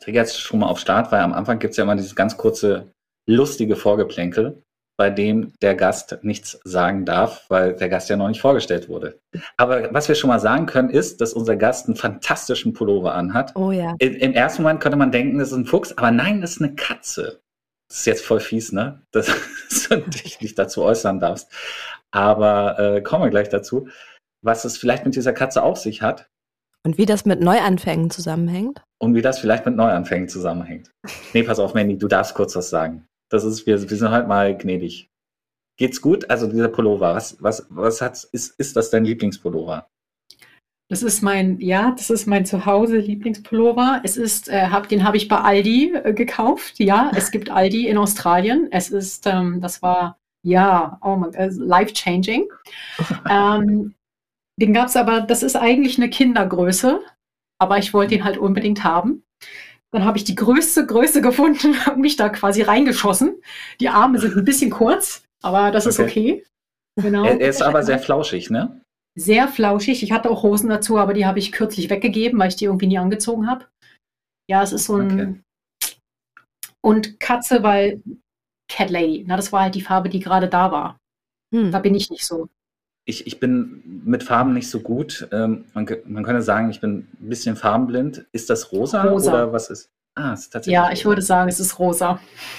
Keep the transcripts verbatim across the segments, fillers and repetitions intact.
Ich drücke jetzt schon mal auf Start, weil am Anfang gibt es ja immer dieses ganz kurze, lustige Vorgeplänkel, bei dem der Gast nichts sagen darf, weil der Gast ja noch nicht vorgestellt wurde. Aber was wir schon mal sagen können, ist, dass unser Gast einen fantastischen Pullover anhat. Oh ja. Im, im ersten Moment könnte man denken, das ist ein Fuchs, aber nein, das ist eine Katze. Das ist jetzt voll fies, ne? Dass du dich nicht dazu äußern darfst. Aber äh, kommen wir gleich dazu, was es vielleicht mit dieser Katze auf sich hat. Und wie das mit Neuanfängen zusammenhängt. Und wie das vielleicht mit Neuanfängen zusammenhängt. Nee, pass auf, Mandy, du darfst kurz was sagen. Das ist, wir, wir sind halt mal gnädig. Geht's gut? Also dieser Pullover, was, was, was hat, ist, ist das dein Lieblingspullover? Das ist mein, ja, das ist mein Zuhause-Lieblingspullover. Es ist, äh, hab, den habe ich bei Aldi äh, gekauft. Ja, es gibt Aldi in Australien. Es ist, ähm, das war, ja, oh mein Gott, life-changing. ähm, den gab es aber, das ist eigentlich eine Kindergröße, aber ich wollte ihn halt unbedingt haben. Dann habe ich die größte Größe gefunden, habe mich da quasi reingeschossen. Die Arme sind ein bisschen kurz, aber das ist okay. Genau. Er, er ist aber sehr flauschig, ne? Sehr flauschig. Ich hatte auch Hosen dazu, aber die habe ich kürzlich weggegeben, weil ich die irgendwie nie angezogen habe. Ja, es ist so ein... Okay. Und Katze, weil Cat Lady. Na, das war halt die Farbe, die gerade da war. Hm. Da bin ich nicht so. Ich, ich bin mit Farben nicht so gut. Ähm, man, man könnte sagen, ich bin ein bisschen farbenblind. Ist das rosa, rosa. Oder was ist? Ah, es ist tatsächlich Ja, rosa. Ich würde sagen, es ist rosa.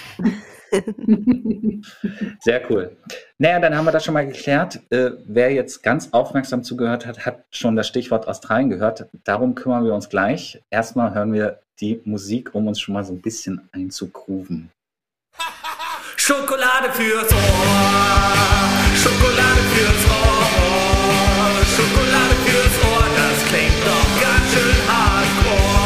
Sehr cool. Naja, dann haben wir das schon mal geklärt. Äh, wer jetzt ganz aufmerksam zugehört hat, hat schon das Stichwort Australien gehört. Darum kümmern wir uns gleich. Erstmal hören wir die Musik, um uns schon mal so ein bisschen einzugrooven. Schokolade fürs Ohr, Schokolade fürs Ohr, Schokolade fürs Ohr, das klingt doch ganz schön hardcore.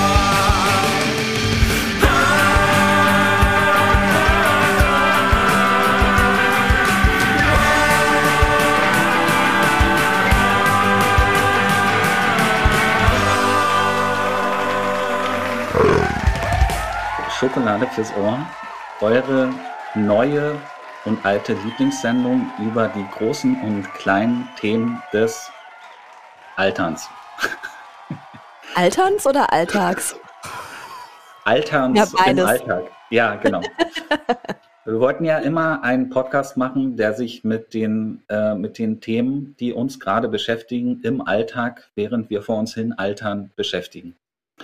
Schokolade fürs Ohr, eure neue und alte Lieblingssendung über die großen und kleinen Themen des Alterns. Alterns oder Alltags? Alterns ja, beides. Im Alltag. Ja, genau. Wir wollten ja immer einen Podcast machen, der sich mit den, äh, mit den Themen, die uns gerade beschäftigen, im Alltag, während wir vor uns hin altern, beschäftigen.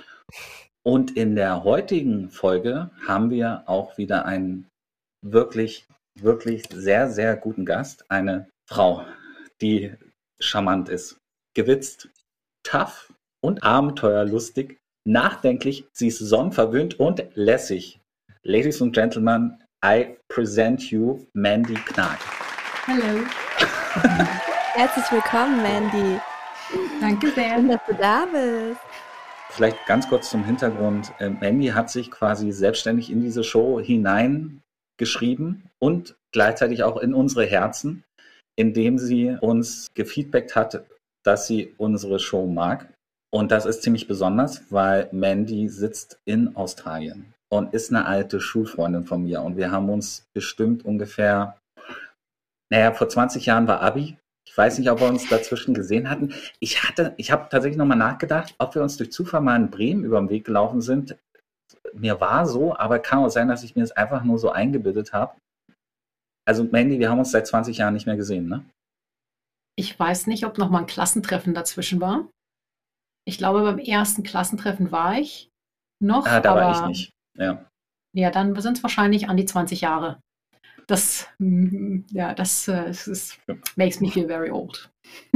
Und in der heutigen Folge haben wir auch wieder einen wirklich, wirklich sehr, sehr guten Gast. Eine Frau, die charmant ist, gewitzt, tough und abenteuerlustig, nachdenklich, sie ist sonnenverwöhnt und lässig. Ladies and Gentlemen, I present you Mandy Knag. Hallo. Herzlich willkommen, Mandy. Danke sehr. Schön, dass du da bist. Vielleicht ganz kurz zum Hintergrund. Mandy hat sich quasi selbstständig in diese Show hineingeschrieben und gleichzeitig auch in unsere Herzen, indem sie uns gefeedbackt hat, dass sie unsere Show mag. Und das ist ziemlich besonders, weil Mandy sitzt in Australien und ist eine alte Schulfreundin von mir. Und wir haben uns bestimmt ungefähr, naja, vor zwanzig Jahren war Abi. Ich weiß nicht, ob wir uns dazwischen gesehen hatten. Ich hatte, ich habe tatsächlich nochmal nachgedacht, ob wir uns durch Zufall mal in Bremen über den Weg gelaufen sind. Mir war so, aber kann auch sein, dass ich mir das einfach nur so eingebildet habe. Also Mandy, wir haben uns seit zwanzig Jahren nicht mehr gesehen, ne? Ich weiß nicht, ob nochmal ein Klassentreffen dazwischen war. Ich glaube, beim ersten Klassentreffen war ich noch. Ah, da aber, war ich nicht, ja. Ja, dann sind es wahrscheinlich an die zwanzig Jahre. Das, ja, das, das ist, makes me feel very old.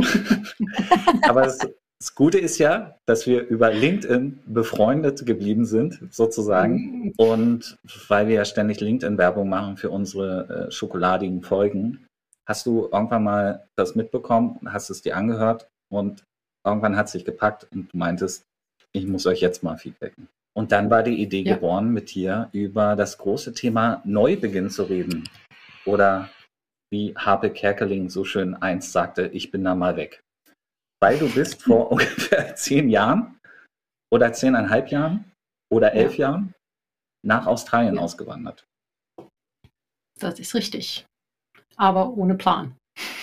Aber das, das Gute ist ja, dass wir über LinkedIn befreundet geblieben sind, sozusagen. Mhm. Und weil wir ja ständig LinkedIn-Werbung machen für unsere äh, schokoladigen Folgen, hast du irgendwann mal das mitbekommen, hast es dir angehört und irgendwann hat es dich gepackt und du meintest, ich muss euch jetzt mal feedbacken. Und dann war die Idee ja. geboren, mit dir über das große Thema Neubeginn zu reden. Oder wie Harpe Kerkeling so schön einst sagte, ich bin da mal weg. Weil du bist vor ungefähr zehn Jahren oder zehneinhalb Jahren oder elf ja. Jahren nach Australien ja. ausgewandert. Das ist richtig. Aber ohne Plan.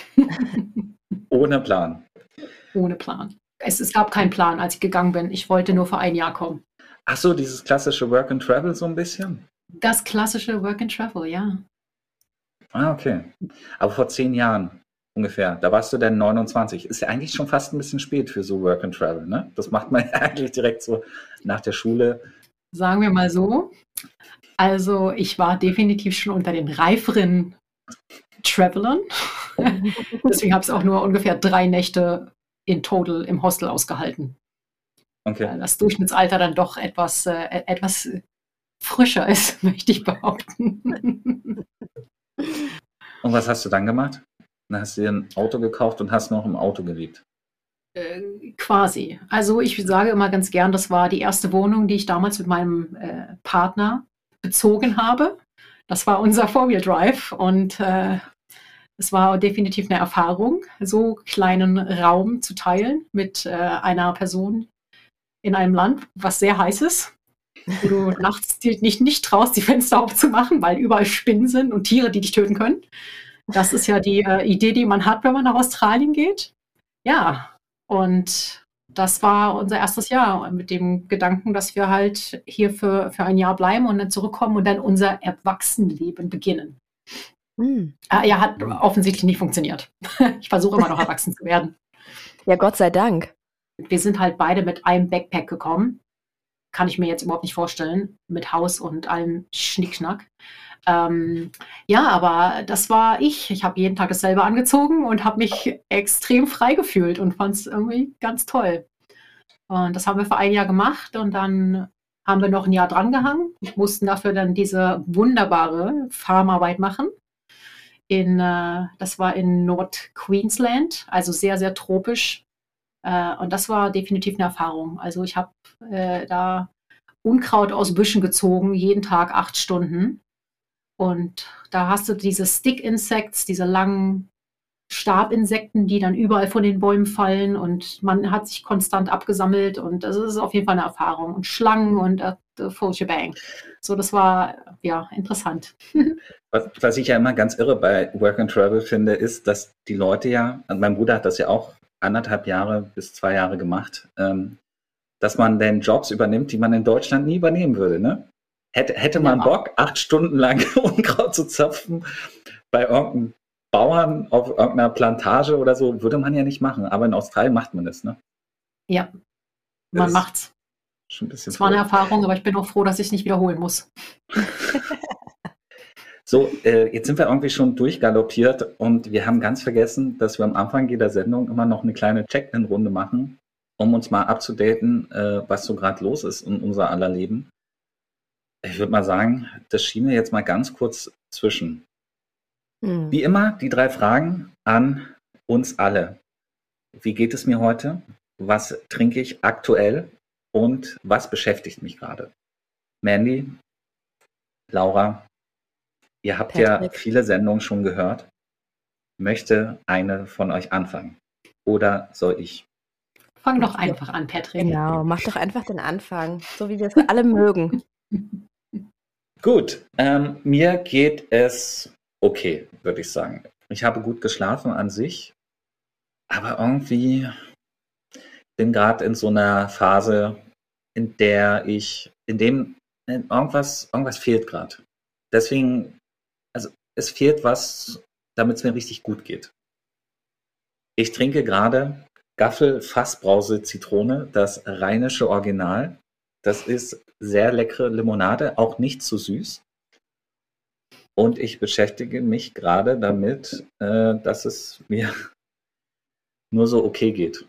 Ohne Plan. Ohne Plan. Es, es gab keinen Plan, als ich gegangen bin. Ich wollte nur für ein Jahr kommen. Ach so, dieses klassische Work and Travel so ein bisschen? Das klassische Work and Travel, ja. Ah, okay. Aber vor zehn Jahren ungefähr, da warst du dann neunundzwanzig. Ist ja eigentlich schon fast ein bisschen spät für so Work and Travel, ne? Das macht man ja eigentlich direkt so nach der Schule. Sagen wir mal so. Also ich war definitiv schon unter den reiferen Travelern. Deswegen habe ich es auch nur ungefähr drei Nächte in total im Hostel ausgehalten. Okay. Weil das Durchschnittsalter dann doch etwas, äh, etwas frischer ist, möchte ich behaupten. Und was hast du dann gemacht? Dann hast du dir ein Auto gekauft und hast noch im Auto gelebt. Äh, quasi. Also ich sage immer ganz gern, das war die erste Wohnung, die ich damals mit meinem äh, Partner bezogen habe. Das war unser Four-Wheel-Drive und äh, es war definitiv eine Erfahrung, so kleinen Raum zu teilen mit äh, einer Person in einem Land, was sehr heiß ist, wo du nachts dir nicht, nicht traust, die Fenster aufzumachen, weil überall Spinnen sind und Tiere, die dich töten können. Das ist ja die äh, Idee, die man hat, wenn man nach Australien geht. Ja, und das war unser erstes Jahr mit dem Gedanken, dass wir halt hier für, für ein Jahr bleiben und dann zurückkommen und dann unser Erwachsenenleben beginnen. Hm. Äh, ja, hat offensichtlich nicht funktioniert. Ich versuche immer noch erwachsen zu werden. Ja, Gott sei Dank. Wir sind halt beide mit einem Backpack gekommen. Kann ich mir jetzt überhaupt nicht vorstellen. Mit Haus und allem Schnickschnack. Ähm, ja, aber das war ich. Ich habe jeden Tag dasselbe angezogen und habe mich extrem frei gefühlt und fand es irgendwie ganz toll. Und das haben wir für ein Jahr gemacht und dann haben wir noch ein Jahr drangehangen. Wir mussten dafür dann diese wunderbare Farmarbeit machen. In, äh, das war in Nord-Queensland, also sehr, sehr tropisch. Äh, und das war definitiv eine Erfahrung. Also ich habe äh, da Unkraut aus Büschen gezogen, jeden Tag acht Stunden. Und da hast du diese Stick-Insects, diese langen Stabinsekten, die dann überall von den Bäumen fallen. Und man hat sich konstant abgesammelt. Und das ist auf jeden Fall eine Erfahrung. Und Schlangen und äh, full shebang. So, das war ja interessant. Was, was ich ja immer ganz irre bei Work and Travel finde, ist, dass die Leute ja, also mein Bruder hat das ja auch anderthalb Jahre bis zwei Jahre gemacht, ähm, dass man dann Jobs übernimmt, die man in Deutschland nie übernehmen würde, ne? Hätte, hätte man Ja. Bock, acht Stunden lang Unkraut zu zapfen bei irgendeinem Bauern auf irgendeiner Plantage oder so, würde man ja nicht machen. Aber in Australien macht man das, ne? Ja, Das man ist macht's. schon ein bisschen Es war eine verrückt. Erfahrung, aber ich bin auch froh, dass ich es nicht wiederholen muss. So, äh, jetzt sind wir irgendwie schon durchgaloppiert und wir haben ganz vergessen, dass wir am Anfang jeder Sendung immer noch eine kleine Check-in-Runde machen, um uns mal abzudaten, äh, was so gerade los ist in unser aller Leben. Ich würde mal sagen, das schieben wir jetzt mal ganz kurz zwischen. Hm. Wie immer, die drei Fragen an uns alle. Wie geht es mir heute? Was trinke ich aktuell? Und was beschäftigt mich gerade? Mandy, Laura, ihr habt ja Patrick. viele Sendungen schon gehört. Möchte eine von euch anfangen? Oder soll ich? Fang doch einfach an, Patrick. Genau, mach doch einfach den Anfang, so wie wir es alle mögen. Gut, ähm, mir geht es okay, würde ich sagen. Ich habe gut geschlafen an sich, aber irgendwie bin gerade in so einer Phase, in der ich, in dem äh, irgendwas, irgendwas fehlt gerade. Deswegen, also es fehlt was, damit es mir richtig gut geht. Ich trinke gerade Gaffel Fassbrause Zitrone, das rheinische Original. Das ist sehr leckere Limonade, auch nicht zu süß. Und ich beschäftige mich gerade damit, äh, dass es mir nur so okay geht.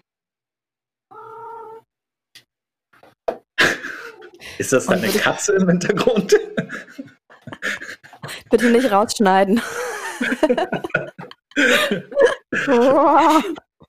Ist das deine Katze im Hintergrund? Bitte nicht rausschneiden. Boah.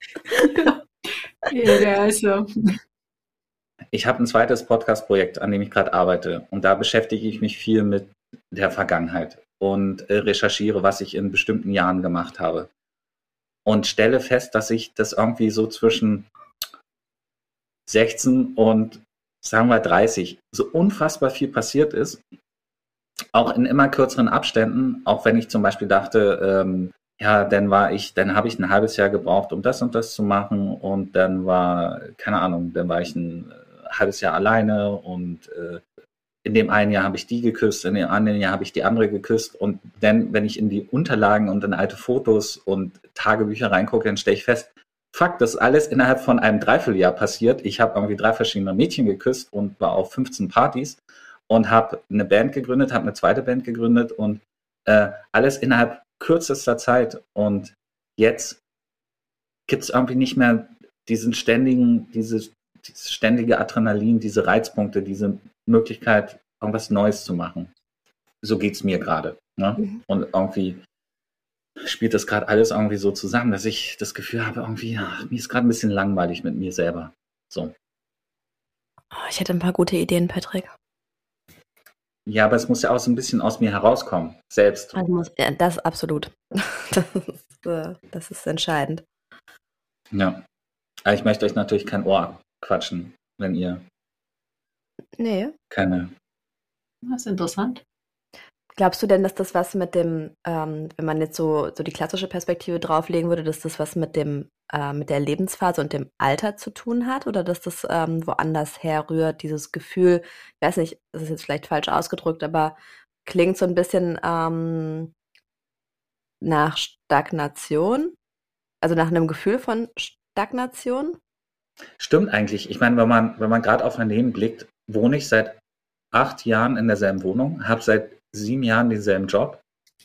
Ja, der ist so. Ich habe ein zweites Podcast-Projekt, an dem ich gerade arbeite. Und da beschäftige ich mich viel mit der Vergangenheit und äh, recherchiere, was ich in bestimmten Jahren gemacht habe. Und stelle fest, dass ich das irgendwie so zwischen sechzehn und, sagen wir, dreißig so unfassbar viel passiert ist. Auch in immer kürzeren Abständen. Auch wenn ich zum Beispiel dachte, ähm, ja, dann war ich, dann habe ich ein halbes Jahr gebraucht, um das und das zu machen. Und dann war, keine Ahnung, dann war ich ein halbes Jahr alleine und äh, in dem einen Jahr habe ich die geküsst, in dem anderen Jahr habe ich die andere geküsst. Und dann, wenn ich in die Unterlagen und in alte Fotos und Tagebücher reingucke, dann stelle ich fest, fuck, das ist alles innerhalb von einem Dreivierteljahr passiert. Ich habe irgendwie drei verschiedene Mädchen geküsst und war auf fünfzehn Partys und habe eine Band gegründet, habe eine zweite Band gegründet und äh, alles innerhalb kürzester Zeit. Und jetzt gibt es irgendwie nicht mehr diesen ständigen, dieses, dieses ständige Adrenalin, diese Reizpunkte, diese Möglichkeit, irgendwas Neues zu machen. So geht es mir gerade. Ne? Mhm. Und irgendwie spielt das gerade alles irgendwie so zusammen, dass ich das Gefühl habe, irgendwie, ach, mir ist gerade ein bisschen langweilig mit mir selber. So. Oh, ich hätte ein paar gute Ideen, Patrick. Ja, aber es muss ja auch so ein bisschen aus mir herauskommen, selbst. Also muss, ja, das absolut. Das ist, äh, das ist entscheidend. Ja. Aber ich möchte euch natürlich kein Ohr quatschen, wenn ihr nee. keine... Das ist interessant. Glaubst du denn, dass das was mit dem, ähm, wenn man jetzt so, so die klassische Perspektive drauflegen würde, dass das was mit dem, äh, mit der Lebensphase und dem Alter zu tun hat oder dass das ähm, woanders herrührt, dieses Gefühl, ich weiß nicht, das ist jetzt vielleicht falsch ausgedrückt, aber klingt so ein bisschen ähm, nach Stagnation, also nach einem Gefühl von Stagnation? Stimmt eigentlich. Ich meine, wenn man, wenn man gerade auf mein Leben blickt, wohne ich seit acht Jahren in derselben Wohnung, habe seit sieben Jahren denselben Job,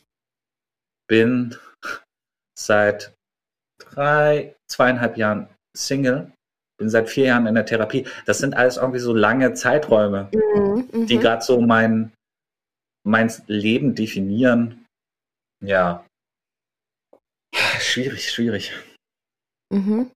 bin seit drei, zweieinhalb Jahren Single, bin seit vier Jahren in der Therapie. Das sind alles irgendwie so lange Zeiträume, mhm, die gerade so mein, mein Leben definieren. Ja, schwierig, schwierig. Mhm.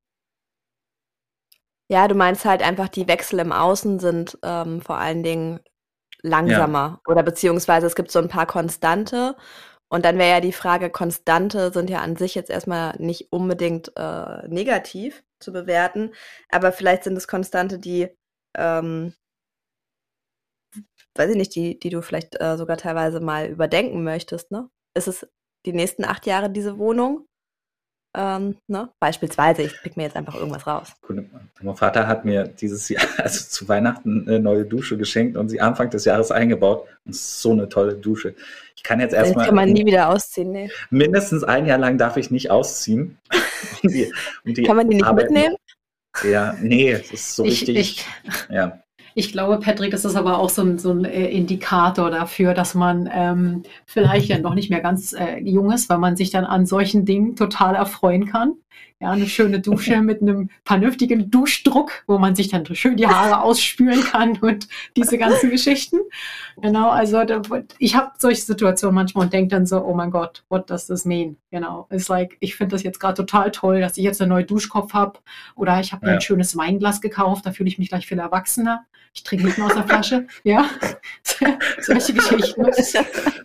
Ja, du meinst halt einfach, die Wechsel im Außen sind ähm, vor allen Dingen langsamer. Ja. Oder beziehungsweise es gibt so ein paar Konstante. Und dann wäre ja die Frage, Konstante sind ja an sich jetzt erstmal nicht unbedingt äh, negativ zu bewerten. Aber vielleicht sind es Konstante, die, ähm, weiß ich nicht, die, die du vielleicht äh, sogar teilweise mal überdenken möchtest, ne? Ist es die nächsten acht Jahre diese Wohnung? Ähm, ne? Beispielsweise, ich pick mir jetzt einfach irgendwas raus. Mein Vater hat mir dieses Jahr, also zu Weihnachten, eine neue Dusche geschenkt und sie Anfang des Jahres eingebaut. Und so eine tolle Dusche. Ich kann jetzt erstmal. kann man nie wieder ausziehen, ne? Mindestens ein Jahr lang darf ich nicht ausziehen. um die, um die kann man die nicht Arbeit mitnehmen? Noch, ja, nee, das ist so ich, richtig. Ich, ja. Ich glaube, Patrick, das ist aber auch so ein, so ein Indikator dafür, dass man ähm, vielleicht ja noch nicht mehr ganz äh, jung ist, weil man sich dann an solchen Dingen total erfreuen kann. Ja, eine schöne Dusche mit einem vernünftigen Duschdruck, wo man sich dann schön die Haare ausspülen kann und diese ganzen Geschichten. Genau, also da, ich habe solche Situationen manchmal und denke dann so, oh mein Gott, what does this mean? Genau, it's like, ich finde das jetzt gerade total toll, dass ich jetzt einen neuen Duschkopf habe oder ich habe mir ja. ein schönes Weinglas gekauft, da fühle ich mich gleich viel erwachsener. Ich trinke nicht mehr aus der Flasche. Ja, solche Geschichten. It's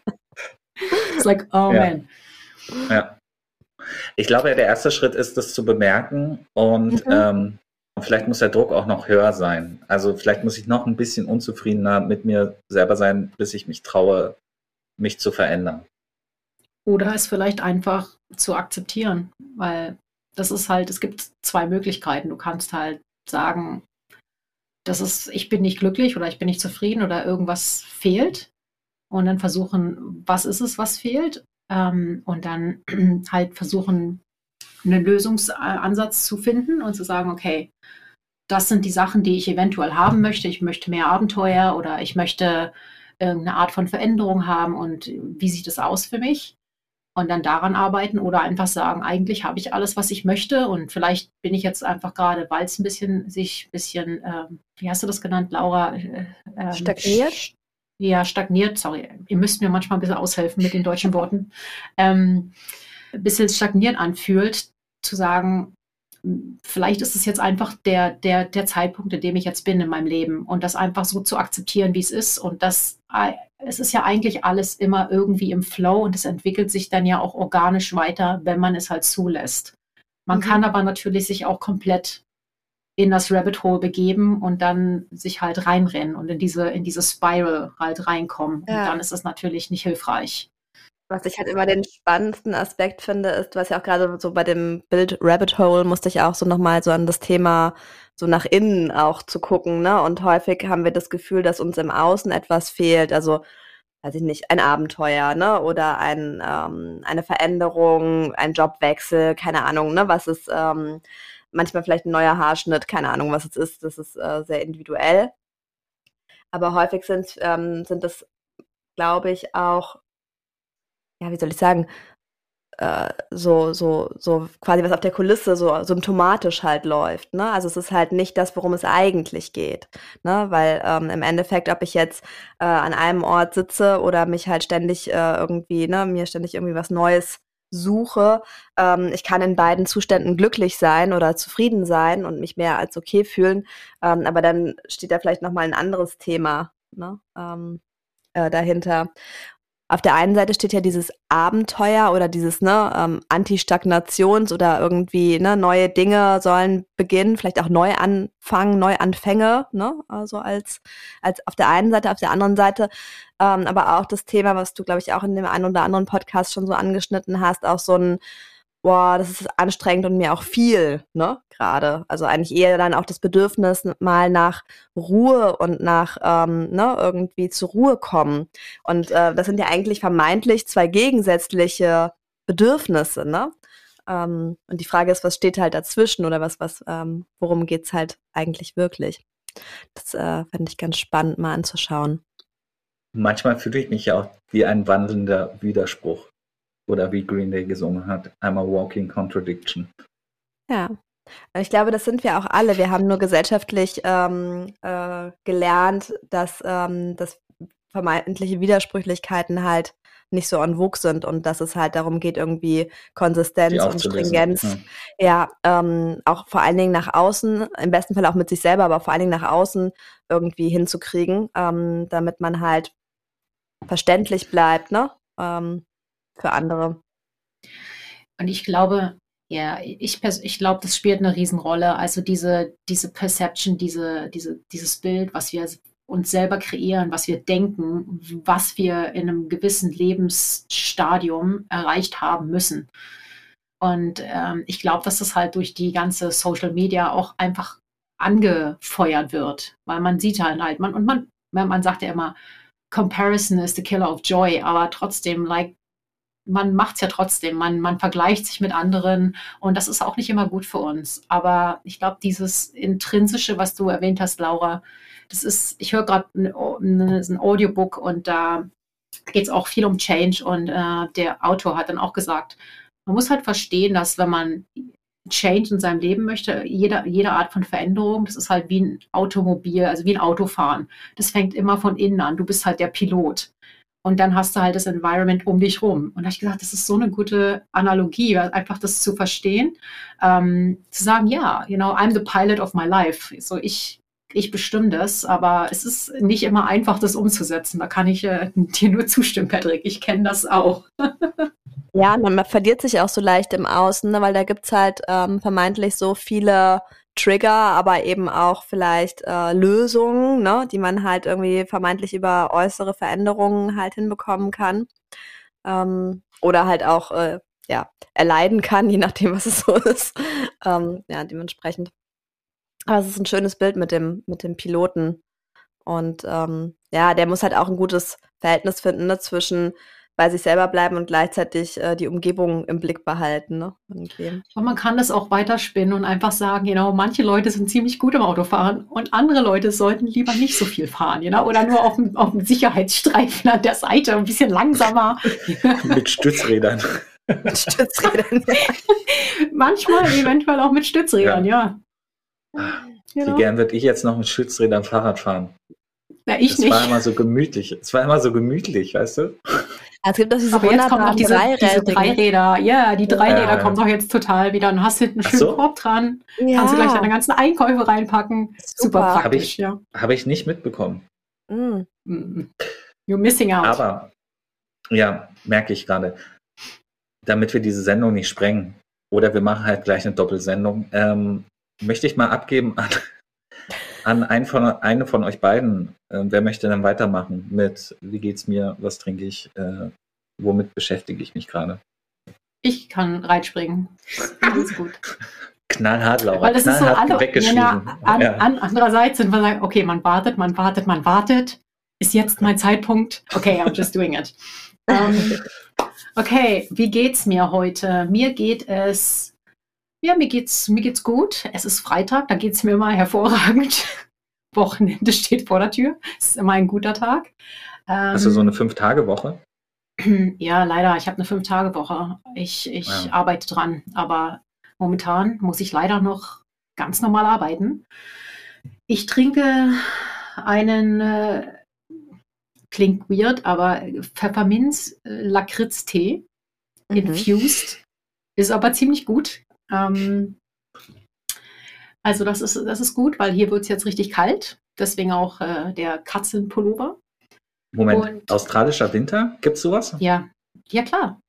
like, oh ja. man. Ja. Ich glaube, der erste Schritt ist, das zu bemerken und mhm. ähm, vielleicht muss der Druck auch noch höher sein. Also vielleicht muss ich noch ein bisschen unzufriedener mit mir selber sein, bis ich mich traue, mich zu verändern. Oder es vielleicht einfach zu akzeptieren, weil das ist halt, es gibt zwei Möglichkeiten. Du kannst halt sagen, das ist, ich bin nicht glücklich oder ich bin nicht zufrieden oder irgendwas fehlt und dann versuchen, was ist es, was fehlt? Ähm, und dann halt versuchen, einen Lösungsansatz zu finden und zu sagen, okay, das sind die Sachen, die ich eventuell haben möchte. Ich möchte mehr Abenteuer oder ich möchte irgendeine Art von Veränderung haben und wie sieht es aus für mich? Und dann daran arbeiten oder einfach sagen, eigentlich habe ich alles, was ich möchte und vielleicht bin ich jetzt einfach gerade, weil es ein bisschen sich ein bisschen, ähm, wie hast du das genannt, Laura? Äh, ähm, stagniert? Ja, stagniert, sorry. Ihr müsst mir manchmal ein bisschen aushelfen mit den deutschen Worten. Ähm, ein bisschen stagniert anfühlt, zu sagen, vielleicht ist es jetzt einfach der, der, der Zeitpunkt, in dem ich jetzt bin in meinem Leben und das einfach so zu akzeptieren, wie es ist und das, es ist ja eigentlich alles immer irgendwie im Flow und es entwickelt sich dann ja auch organisch weiter, wenn man es halt zulässt. Man mhm. kann aber natürlich sich auch komplett in das Rabbit Hole begeben und dann sich halt reinrennen und in diese, in diese Spiral halt reinkommen. Ja. Und dann ist es natürlich nicht hilfreich. Was ich halt immer den spannendsten Aspekt finde, ist, was ja auch gerade so bei dem Bild Rabbit Hole musste ich auch so nochmal so an das Thema so nach innen auch zu gucken, ne? Und häufig haben wir das Gefühl, dass uns im Außen etwas fehlt, also weiß ich nicht, ein Abenteuer, ne? Oder ein, ähm, eine Veränderung, ein Jobwechsel, keine Ahnung, ne? Was ist ähm, manchmal vielleicht ein neuer Haarschnitt, keine Ahnung, was es ist, das ist äh, sehr individuell. Aber häufig sind, ähm, sind das, glaube ich, auch, ja, wie soll ich sagen, äh, so, so, so quasi was auf der Kulisse so symptomatisch halt läuft, ne? Also es ist halt nicht das, worum es eigentlich geht, ne? Weil ähm, im Endeffekt, ob ich jetzt äh, an einem Ort sitze oder mich halt ständig äh, irgendwie, ne, mir ständig irgendwie was Neues suche, ähm, ich kann in beiden Zuständen glücklich sein oder zufrieden sein und mich mehr als okay fühlen, ähm, aber dann steht da vielleicht nochmal ein anderes Thema, ne, ähm, äh, dahinter. Auf der einen Seite steht ja dieses Abenteuer oder dieses ne ähm, Anti-Stagnations- oder irgendwie ne neue Dinge sollen beginnen, vielleicht auch neu anfangen, Neuanfänge, ne, also als als auf der einen Seite, auf der anderen Seite, ähm, aber auch das Thema, was du glaube ich auch in dem einen oder anderen Podcast schon so angeschnitten hast, auch so ein boah, das ist anstrengend und mir auch viel, ne, gerade. Also eigentlich eher dann auch das Bedürfnis mal nach Ruhe und nach, ähm, ne, irgendwie zur Ruhe kommen. Und äh, das sind ja eigentlich vermeintlich zwei gegensätzliche Bedürfnisse, ne? Ähm, und die Frage ist, was steht halt dazwischen oder was, was, ähm, worum geht's halt eigentlich wirklich? Das äh, fände ich ganz spannend mal anzuschauen. Manchmal fühle ich mich ja auch wie ein wandelnder Widerspruch. Oder wie Green Day gesungen hat, I'm a walking contradiction. Ja, ich glaube, das sind wir auch alle. Wir haben nur gesellschaftlich ähm, äh, gelernt, dass, ähm, dass vermeintliche Widersprüchlichkeiten halt nicht so en vogue sind und dass es halt darum geht, irgendwie Konsistenz und Stringenz, ja, ja ähm, auch vor allen Dingen nach außen, im besten Fall auch mit sich selber, aber vor allen Dingen nach außen irgendwie hinzukriegen, ähm, damit man halt verständlich bleibt, ne? Ähm, für andere. Und ich glaube, ja, ich, ich glaube, das spielt eine Riesenrolle. Also diese, diese Perception, diese, diese, dieses Bild, was wir uns selber kreieren, was wir denken, was wir in einem gewissen Lebensstadium erreicht haben müssen. Und ähm, ich glaube, dass das halt durch die ganze Social Media auch einfach angefeuert wird, weil man sieht halt halt, man, und man, man sagt ja immer, Comparison is the killer of joy, aber trotzdem, like, man macht es ja trotzdem, man, man vergleicht sich mit anderen und das ist auch nicht immer gut für uns. Aber ich glaube, dieses Intrinsische, was du erwähnt hast, Laura, das ist, ich höre gerade ein, ein Audiobook und da geht es auch viel um Change und äh, der Autor hat dann auch gesagt, man muss halt verstehen, dass wenn man Change in seinem Leben möchte, jede, jede Art von Veränderung, das ist halt wie ein Automobil, also wie ein Autofahren. Das fängt immer von innen an, du bist halt der Pilot. Und dann hast du halt das Environment um dich rum. Und da habe ich gesagt, das ist so eine gute Analogie, einfach das zu verstehen, ähm, zu sagen, ja, you know, I'm the pilot of my life. So ich, ich bestimme das, aber es ist nicht immer einfach, das umzusetzen. Da kann ich äh, dir nur zustimmen, Patrick. Ich kenne das auch. Ja, man verliert sich auch so leicht im Außen, ne, weil da gibt's halt ähm, vermeintlich so viele Trigger, aber eben auch vielleicht äh, Lösungen, ne, die man halt irgendwie vermeintlich über äußere Veränderungen halt hinbekommen kann. Ähm, oder halt auch äh, ja, erleiden kann, je nachdem, was es so ist. Ähm, ja, dementsprechend. Aber es ist ein schönes Bild mit dem, mit dem Piloten. Und ähm, ja, der muss halt auch ein gutes Verhältnis finden, ne, zwischen bei sich selber bleiben und gleichzeitig äh, die Umgebung im Blick behalten. Ne? Irgendwie. Und man kann das auch weiterspinnen und einfach sagen, genau, manche Leute sind ziemlich gut im Autofahren und andere Leute sollten lieber nicht so viel fahren, you know? Oder nur auf dem, auf dem Sicherheitsstreifen an der Seite, ein bisschen langsamer. Mit Stützrädern. Mit Stützrädern, ja. Manchmal eventuell auch mit Stützrädern, ja. ja. Wie genau. gern würde ich jetzt noch mit Stützrädern Fahrrad fahren. Na, ich das nicht. war immer so gemütlich. Es war immer so gemütlich, weißt du? Es gibt doch diese Aber jetzt kommen noch diese, diese Dreiräder. Ja, die Dreiräder ja. kommen doch jetzt total wieder. Und hast hinten einen schönen so? Korb dran. Ja. Kannst du gleich deine ganzen Einkäufe reinpacken. Super, Super praktisch, hab ich, ja. Habe ich nicht mitbekommen. Mm. You're missing out. Aber, ja, merke ich gerade. Damit wir diese Sendung nicht sprengen, oder wir machen halt gleich eine Doppelsendung, ähm, möchte ich mal abgeben an, an einen von, eine von euch beiden. Äh, wer möchte dann weitermachen mit, wie geht's mir, was trinke ich, äh, womit beschäftige ich mich gerade? Ich kann reinspringen. Alles gut. knallhart, Laura, Weil das ist so knallhart alle, weggeschrieben. ja, an, Ja. an, andererseits sind wir sagen, okay, man wartet, man wartet, man wartet. Ist jetzt mein Zeitpunkt? Okay, I'm just doing it. Ähm, okay, wie geht's mir heute? Mir geht es, ja, mir geht's, mir geht's gut. Es ist Freitag, da geht's mir immer hervorragend. Wochenende steht vor der Tür. Es ist immer ein guter Tag. Ähm, Hast du so eine Fünf-Tage-Woche? Ja, leider. Ich habe eine Fünf-Tage-Woche. Ich, ich Ja. arbeite dran, aber momentan muss ich leider noch ganz normal arbeiten. Ich trinke einen, äh, klingt weird, aber Pfefferminz-Lakritz-Tee, Mhm. infused, ist aber ziemlich gut. Ähm, also das ist, das ist gut, weil hier wird es jetzt richtig kalt. Deswegen auch äh, der Katzenpullover. Moment, Und- australischer Winter? Gibt's sowas? Ja, ja klar.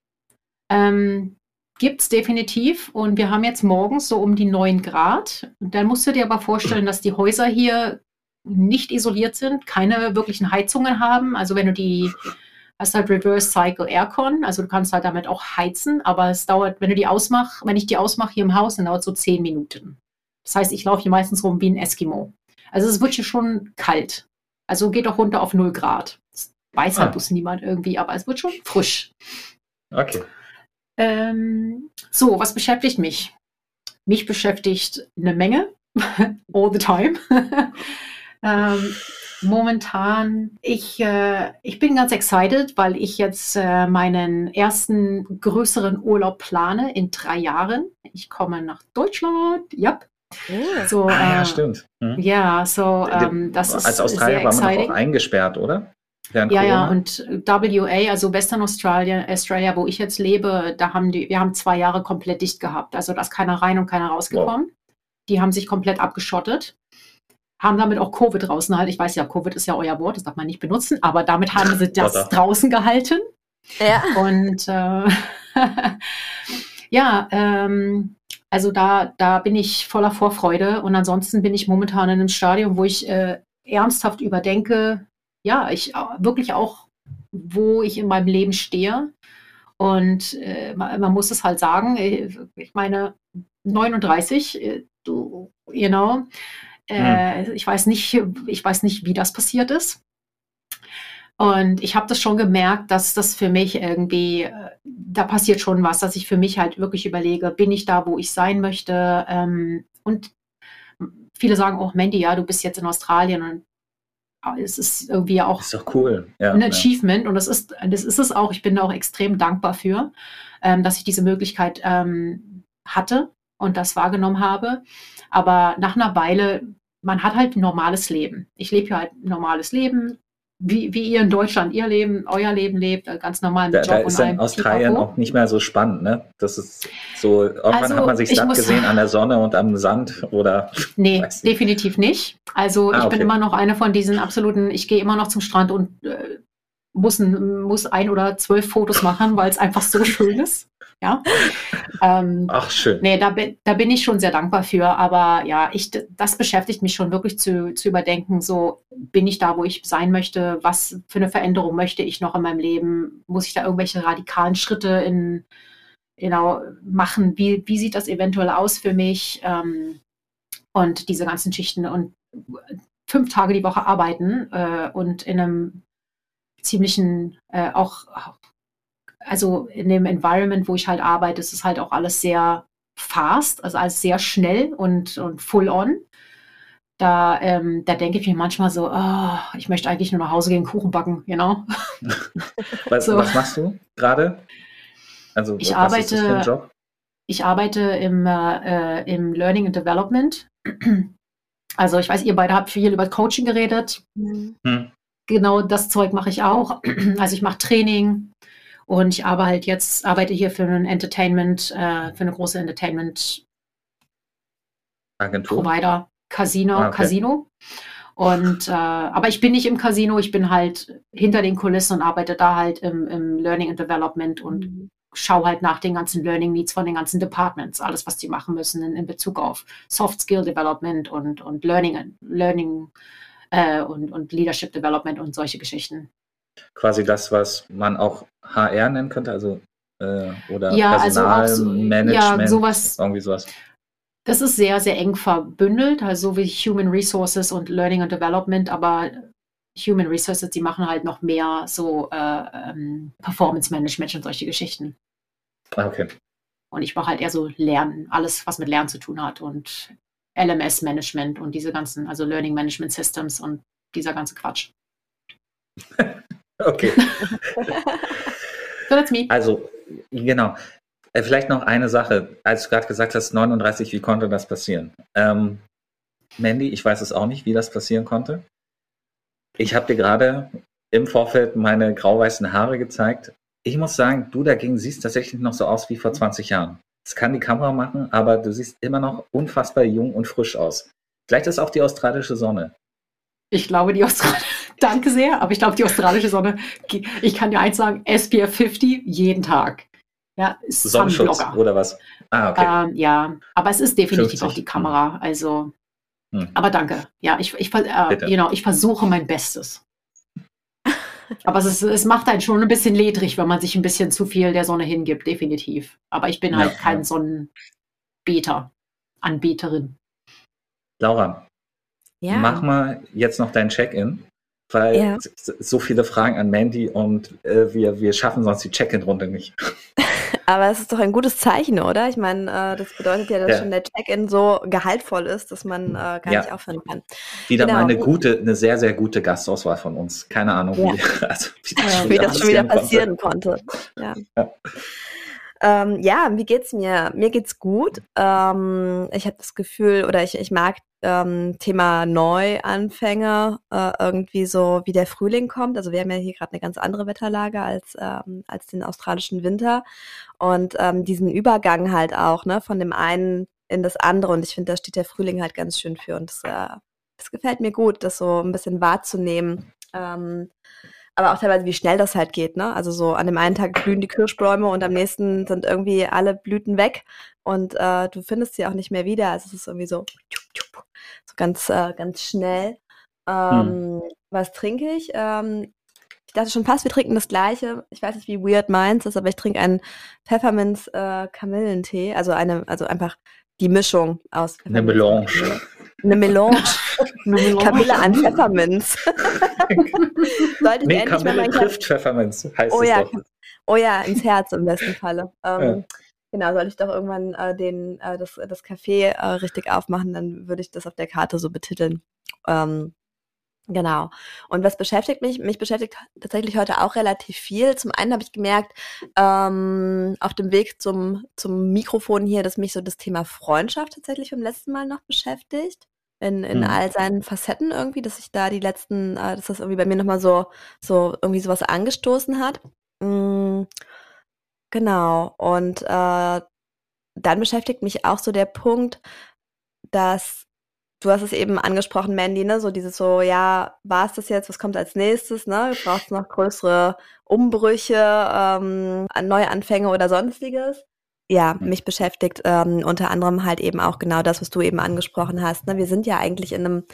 Ähm, gibt es definitiv. Und wir haben jetzt morgens so um die neun Grad. Und dann musst du dir aber vorstellen, dass die Häuser hier nicht isoliert sind, keine wirklichen Heizungen haben. Also wenn du die, hast halt Reverse Cycle Aircon, also du kannst halt damit auch heizen, aber es dauert, wenn du die ausmachst, wenn ich die ausmache hier im Haus, dann dauert es so zehn Minuten. Das heißt, ich laufe hier meistens rum wie ein Eskimo. Also es wird hier schon kalt. Also geht auch runter auf null Grad. Das weiß halt Ah. bloß niemand irgendwie, aber es wird schon frisch. Okay. Ähm, so, was beschäftigt mich? Mich beschäftigt eine Menge, all the time. ähm, momentan, ich, äh, ich bin ganz excited, weil ich jetzt äh, meinen ersten größeren Urlaub plane in drei Jahren. Ich komme nach Deutschland, ja. Ja. So, Ah, ja, äh, stimmt. Hm. ja, so, ähm, das ist Als Australier sehr war man doch exciting. auch eingesperrt, oder? Während Ja, ja, Corona? und W A, also Western Australia, Australia, wo ich jetzt lebe, da haben die, wir haben zwei Jahre komplett dicht gehabt. Also da ist keiner rein und keiner rausgekommen. Die haben sich komplett abgeschottet. Haben damit auch Covid draußen halt. Ich weiß ja, Covid ist ja euer Wort, das darf man nicht benutzen, aber damit haben sie das Doch, doch. draußen gehalten. Ja. Und äh, ja, ähm, also da, da bin ich voller Vorfreude. Und ansonsten bin ich momentan in einem Stadium, wo ich äh, ernsthaft überdenke, ja, ich äh, wirklich auch, wo ich in meinem Leben stehe. Und äh, man, man muss es halt sagen, äh, ich meine, neununddreißig, äh, du, you know, äh, ich weiß nicht, ich weiß nicht, wie das passiert ist. Und ich habe das schon gemerkt, dass das für mich irgendwie, äh, da passiert schon was, dass ich für mich halt wirklich überlege, bin ich da, wo ich sein möchte? Ähm, und viele sagen auch, Mandy, ja, du bist jetzt in Australien und es ist irgendwie auch Ist doch cool. Ja, ein ja. Achievement und das ist, das ist es auch. Ich bin da auch extrem dankbar für, ähm, dass ich diese Möglichkeit ähm, hatte und das wahrgenommen habe. Aber nach einer Weile, man hat halt ein normales Leben. Ich lebe ja halt ein normales Leben, wie, wie ihr in Deutschland ihr Leben, euer Leben lebt, äh, ganz normal mit Da, Job da und ist dann allem. Australien Pipapo. auch nicht mehr so spannend, ne? Das ist so, irgendwann Also, hat man sich ich satt muss- gesehen an der Sonne und am Sand oder Nee, Weiß nicht. definitiv nicht. Also Ah, ich bin okay. immer noch eine von diesen absoluten, ich gehe immer noch zum Strand und äh, muss, ein, muss ein oder zwölf Fotos machen, weil es einfach so schön ist. Ja. Ähm, ach schön. nee, da, bin- da bin ich schon sehr dankbar für. Aber ja, ich, das beschäftigt mich schon wirklich zu, zu überdenken, so bin ich da, wo ich sein möchte, was für eine Veränderung möchte ich noch in meinem Leben? Muss ich da irgendwelche radikalen Schritte in, genau, machen? Wie, wie sieht das eventuell aus für mich? Ähm, und diese ganzen Schichten und fünf Tage die Woche arbeiten äh, und in einem ziemlichen, äh, auch, also in dem Environment, wo ich halt arbeite, ist es halt auch alles sehr fast, also alles sehr schnell und, und full on. Da, ähm, da denke ich mir manchmal so, oh, ich möchte eigentlich nur nach Hause gehen, Kuchen backen, you know? Was, so. was machst du gerade? Also Ich was ist das für ein arbeite- Job? Ich arbeite im, äh, im Learning and Development. Also ich weiß, ihr beide habt viel über Coaching geredet. Hm. Genau das Zeug mache ich auch. Also ich mache Training und ich arbeite halt jetzt, arbeite hier für ein Entertainment, äh, für eine große Entertainment-Provider, Agentur? Casino, Ah, okay. Casino. Und äh, aber ich bin nicht im Casino, ich bin halt hinter den Kulissen und arbeite da halt im, im Learning and Development und schaue halt nach den ganzen Learning Needs von den ganzen Departments, alles, was die machen müssen in, in Bezug auf Soft Skill Development und, und Learning, Learning äh, und, und Leadership Development und solche Geschichten. Quasi das, was man auch H R nennen könnte, also äh, oder Ja, also auch so- Personalmanagement, ja, sowas. irgendwie sowas. Das ist sehr, sehr eng verbündelt, also wie Human Resources und Learning and Development, aber Human Resources, die machen halt noch mehr so äh, ähm, Performance Management und solche Geschichten. Okay. Und ich mache halt eher so Lernen, alles, was mit Lernen zu tun hat und L M S-Management und diese ganzen, also Learning Management Systems und dieser ganze Quatsch. Okay. So, that's me. Also, genau. Äh, Vielleicht noch eine Sache. Als du gerade gesagt hast, neununddreißig, wie konnte das passieren? Ähm, Mandy, ich weiß es auch nicht, wie das passieren konnte. Ich habe dir gerade im Vorfeld meine grau-weißen Haare gezeigt. Ich muss sagen, du dagegen siehst tatsächlich noch so aus wie vor zwanzig Jahren. Das kann die Kamera machen, aber du siehst immer noch unfassbar jung und frisch aus. Vielleicht ist auch die australische Sonne. Ich glaube, die Australische, danke sehr, aber ich glaube, die australische Sonne, ich kann dir eins sagen, S P F fünfzig jeden Tag. Ja, ist Sonnenschutz Sunblocker. oder was? Ah, okay. Ähm, ja, aber es ist definitiv fünfzig. auch die Kamera. Also, Hm. aber danke. Ja, ich, ich, äh, Bitte. genau, ich versuche mein Bestes. Aber es, ist, es macht einen schon ein bisschen ledrig, wenn man sich ein bisschen zu viel der Sonne hingibt, definitiv. Aber ich bin Ja, halt kein ja. Sonnenbeter, Anbeterin. Laura, Ja. mach mal jetzt noch dein Check-in, weil Ja. s- so viele Fragen an Mandy und äh, wir, wir schaffen sonst die Check-in-Runde nicht. Aber es ist doch ein gutes Zeichen, oder? Ich meine, äh, das bedeutet ja, dass Ja. schon der Check-in so gehaltvoll ist, dass man äh, gar Ja. nicht aufhören kann. Wieder Genau. mal eine gute, eine sehr, sehr gute Gastauswahl von uns. Keine Ahnung, Ja. wie, also, wie das Ja, schon Wie wieder das schon wieder passieren konnte. passieren konnte. Ja. Ja. Ähm, ja, wie geht's mir? Mir geht's gut. Ähm, ich habe das Gefühl, oder ich, ich mag ähm, Thema Neuanfänge, äh, irgendwie so, wie der Frühling kommt. Also wir haben ja hier gerade eine ganz andere Wetterlage als, ähm, als den australischen Winter. Und ähm, diesen Übergang halt auch, ne, von dem einen in das andere. Und ich finde, da steht der Frühling halt ganz schön für. Und das, äh, das gefällt mir gut, das so ein bisschen wahrzunehmen. Ähm, aber auch teilweise, wie schnell das halt geht, ne? Also so an dem einen Tag blühen die Kirschbäume und am nächsten sind irgendwie alle Blüten weg und äh, du findest sie auch nicht mehr wieder. Also es ist irgendwie so, so ganz, äh, ganz schnell. Ähm, Was trinke ich? Ähm, ich dachte schon fast, wir trinken das Gleiche. Ich weiß nicht, wie weird meins ist, aber ich trinke einen Pfefferminz-Kamillentee. Also eine, also einfach die Mischung aus Eine Pfefferminz und Melange. Kamille. Eine Melange. Kamille an Pfefferminz. Sollte ich Nee, endlich mal Kamille mein trifft Pfefferminz, heißt Oh es ja, doch. oh ja, ins Herz im besten Falle. Ähm, Ja. Genau, sollte ich doch irgendwann äh, den, äh, das, das Café äh, richtig aufmachen, dann würde ich das auf der Karte so betiteln. Ähm, genau. Und was beschäftigt mich? Mich beschäftigt tatsächlich heute auch relativ viel. Zum einen habe ich gemerkt, ähm, auf dem Weg zum, zum Mikrofon hier, dass mich so das Thema Freundschaft tatsächlich beim letzten Mal noch beschäftigt. In, in Mhm. all seinen Facetten irgendwie, dass ich da die letzten, äh, dass das irgendwie bei mir nochmal so, so irgendwie sowas angestoßen hat. Mm, genau. Und äh, dann beschäftigt mich auch so der Punkt, dass du hast es eben angesprochen, Mandy, ne, so dieses so, ja, war es das jetzt, was kommt als nächstes, ne? Brauchst du noch größere Umbrüche, ähm, an Neuanfänge oder sonstiges? Ja, Mhm. mich beschäftigt ähm, unter anderem halt eben auch genau das, was du eben angesprochen hast. Ne? Wir sind ja eigentlich in einem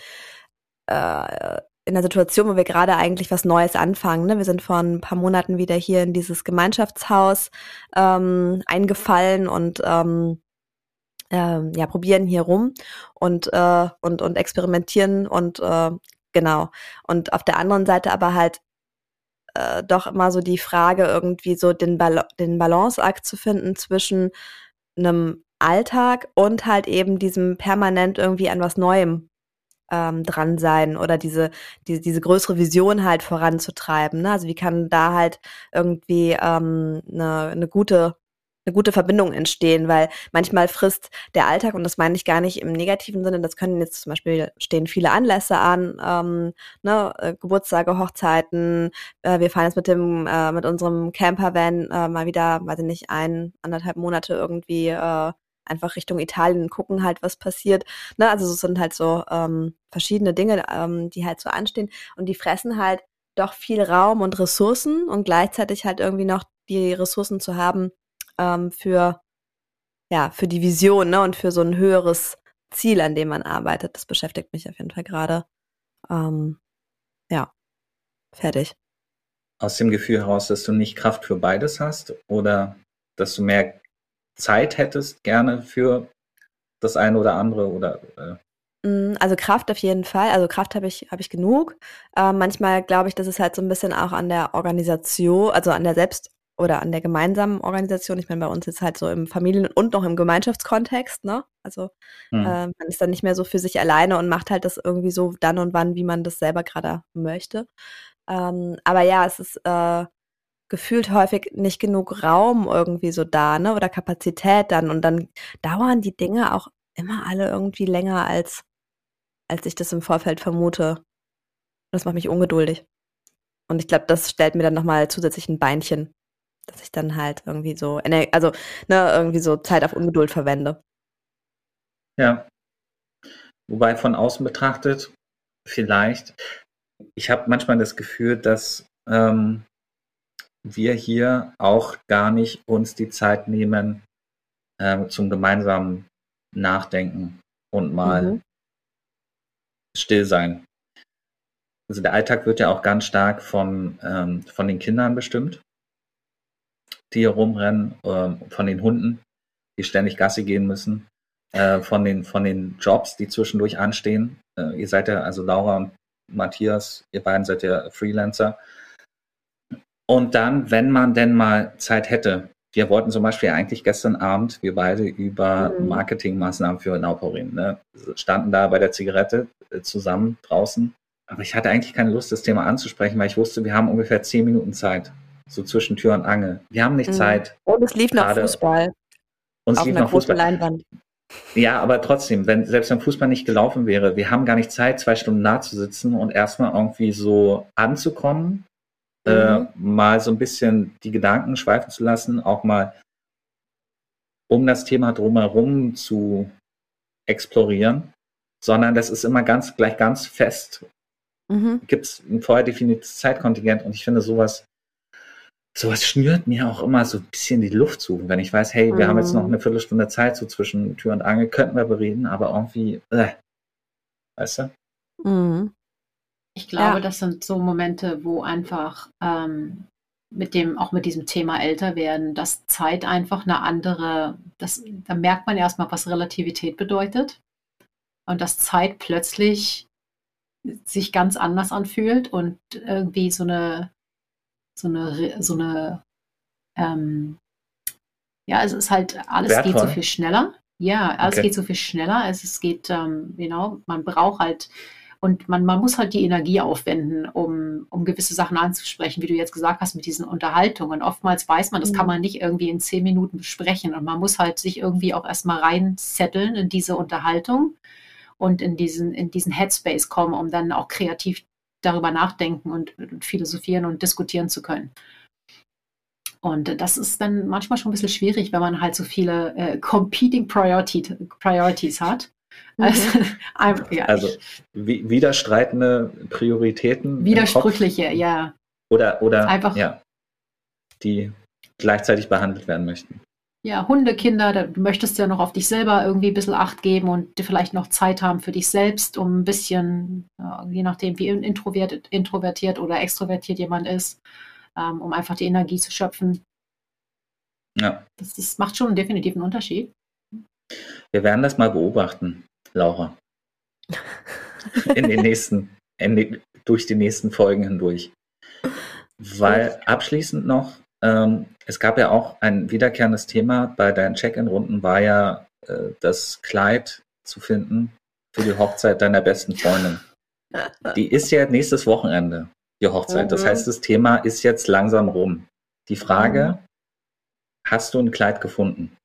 äh, in einer Situation, wo wir gerade eigentlich was Neues anfangen. Ne? Wir sind vor ein paar Monaten wieder hier in dieses Gemeinschaftshaus ähm, eingefallen und ähm, ähm, ja, probieren hier rum und, äh, und, und experimentieren und äh, genau. Und auf der anderen Seite aber halt äh, doch immer so die Frage, irgendwie so den, Bal- den Balanceakt zu finden zwischen einem Alltag und halt eben diesem permanent irgendwie an was Neuem ähm, dran sein oder diese, diese, diese größere Vision halt voranzutreiben. Ne? Also wie kann da halt irgendwie ähm, eine, eine gute eine gute Verbindung entstehen, weil manchmal frisst der Alltag, und das meine ich gar nicht im negativen Sinne, das können jetzt zum Beispiel, stehen viele Anlässe an, ähm, ne, äh, Geburtstage, Hochzeiten, äh, wir fahren jetzt mit dem, äh, mit unserem Campervan äh, mal wieder, weiß ich nicht, ein, anderthalb Monate irgendwie äh, einfach Richtung Italien und gucken halt, was passiert. Ne? Also es sind halt so ähm, verschiedene Dinge, ähm, die halt so anstehen und die fressen halt doch viel Raum und Ressourcen und gleichzeitig halt irgendwie noch die Ressourcen zu haben, Ähm, für, ja, für die Vision, ne, und für so ein höheres Ziel, an dem man arbeitet. Das beschäftigt mich auf jeden Fall gerade. Ähm, ja, fertig. Aus dem Gefühl heraus, dass du nicht Kraft für beides hast oder dass du mehr Zeit hättest gerne für das eine oder andere oder äh, Also Kraft auf jeden Fall. Also Kraft habe ich, habe ich genug. Äh, manchmal glaube ich, dass es halt so ein bisschen auch an der Organisation, also an der Selbst- oder an der gemeinsamen Organisation. Ich meine, bei uns jetzt halt so im Familien- und noch im Gemeinschaftskontext, ne? Also hm. äh, man ist dann nicht mehr so für sich alleine und macht halt das irgendwie so dann und wann, wie man das selber gerade möchte. Ähm, aber ja, es ist äh, gefühlt häufig nicht genug Raum irgendwie so da, ne? Oder Kapazität dann. Und dann dauern die Dinge auch immer alle irgendwie länger als als ich das im Vorfeld vermute. Das macht mich ungeduldig. Und ich glaube, das stellt mir dann nochmal zusätzlich ein Beinchen, dass ich dann halt irgendwie so, ener- also ne, irgendwie so Zeit auf Ungeduld verwende. Ja. Wobei von außen betrachtet, vielleicht, ich habe manchmal das Gefühl, dass ähm, wir hier auch gar nicht uns die Zeit nehmen ähm, zum gemeinsamen Nachdenken und mal Mhm. still sein. Also der Alltag wird ja auch ganz stark von, ähm, von den Kindern bestimmt, die hier rumrennen, ähm, von den Hunden, die ständig Gassi gehen müssen, äh, von den, von den Jobs, die zwischendurch anstehen. Äh, ihr seid ja, also Laura und Matthias, ihr beiden seid ja Freelancer. Und dann, wenn man denn mal Zeit hätte, wir wollten zum Beispiel eigentlich gestern Abend, wir beide über Mhm. Marketingmaßnahmen für Naupo reden, ne? Standen da bei der Zigarette äh, zusammen draußen. Aber ich hatte eigentlich keine Lust, das Thema anzusprechen, weil ich wusste, wir haben ungefähr zehn Minuten Zeit, so zwischen Tür und Angel. Wir haben nicht Mhm. Zeit. Und es lief noch Gerade- Fußball Uns auf lief einer noch großen Fußball. Leinwand. Ja, aber trotzdem, wenn, selbst wenn Fußball nicht gelaufen wäre, wir haben gar nicht Zeit, zwei Stunden da zu sitzen und erstmal irgendwie so anzukommen, äh, Mhm. mal so ein bisschen die Gedanken schweifen zu lassen, auch mal um das Thema drumherum zu explorieren, sondern das ist immer ganz gleich ganz fest. Mhm. Gibt es ein vorher definiertes Zeitkontingent und ich finde sowas, sowas schnürt mir auch immer so ein bisschen die Luft zu, wenn ich weiß, hey, wir haben jetzt noch Mhm. eine Viertelstunde Zeit so zwischen Tür und Angel, könnten wir bereden, aber irgendwie, äh, weißt du? Mhm. Ich glaube, Ja. das sind so Momente, wo einfach ähm, mit dem, auch mit diesem Thema älter werden, dass Zeit einfach eine andere, das, da merkt man erstmal, was Relativität bedeutet. Und dass Zeit plötzlich sich ganz anders anfühlt und irgendwie so eine, so eine, Re- so eine, ähm, ja, es ist halt, alles geht so Wertvoll. viel schneller. Ja, alles Okay. geht so viel schneller. Es, es geht, ähm, genau, man braucht halt, und man, man muss halt die Energie aufwenden, um, um gewisse Sachen anzusprechen, wie du jetzt gesagt hast, mit diesen Unterhaltungen. Oftmals weiß man, das kann Mhm. man nicht irgendwie in zehn Minuten besprechen. Und man muss halt sich irgendwie auch erstmal reinsetteln in diese Unterhaltung und in diesen, in diesen Headspace kommen, um dann auch kreativ darüber nachdenken und, und philosophieren und diskutieren zu können. Und das ist dann manchmal schon ein bisschen schwierig, wenn man halt so viele äh, competing priority, priorities hat. Mhm. Also, einfach, ja, Also ich, wi widerstreitende Prioritäten im widersprüchliche, Kopf ja. oder, oder Einfach, ja, die gleichzeitig behandelt werden möchten. ja, Hunde, Kinder, da, du möchtest ja noch auf dich selber irgendwie ein bisschen Acht geben und dir vielleicht noch Zeit haben für dich selbst, um ein bisschen, äh, je nachdem, wie introvertiert, introvertiert oder extrovertiert jemand ist, ähm, um einfach die Energie zu schöpfen. Ja. Das, das macht schon definitiv einen Unterschied. Wir werden das mal beobachten, Laura. In den nächsten, in den, durch die nächsten Folgen hindurch. Weil abschließend noch, ähm, es gab ja auch ein wiederkehrendes Thema bei deinen Check-in-Runden, war ja äh, das Kleid zu finden für die Hochzeit deiner besten Freundin. Die ist ja nächstes Wochenende, die Hochzeit. Das Mhm. heißt, das Thema ist jetzt langsam rum. Die Frage, hast du ein Kleid gefunden?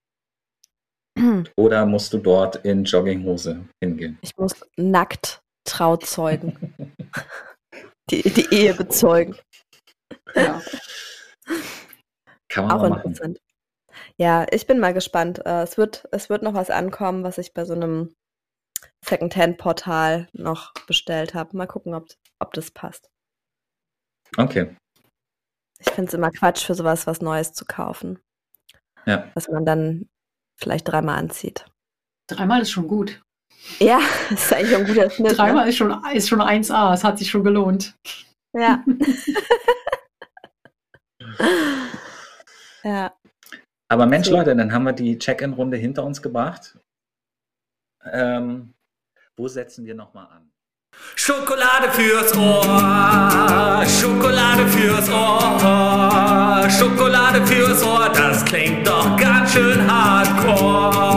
Oder musst du dort in Jogginghose hingehen? Ich muss nackt Trauzeugen. die, die Ehe bezeugen. Ja. Kann man Auch mal machen. interessant. Ja, ich bin mal gespannt. Äh, Es wird, es wird noch was ankommen, was ich bei so einem Secondhand-Portal noch bestellt habe. Mal gucken, ob, ob das passt. Okay, Ich finde es immer Quatsch, für sowas was Neues zu kaufen, ja. was man dann vielleicht dreimal anzieht. Dreimal ist schon gut. Ja, das ist eigentlich ein guter Schnitt. Dreimal Ne? ist schon, ist schon eins A. Es hat sich schon gelohnt. Ja. ja. Aber Mensch, Deswegen. Leute, dann haben wir die Check-in-Runde hinter uns gebracht. ähm, wo setzen wir nochmal an? Schokolade fürs Ohr, Schokolade fürs Ohr, Schokolade fürs Ohr, das klingt doch ganz schön hardcore.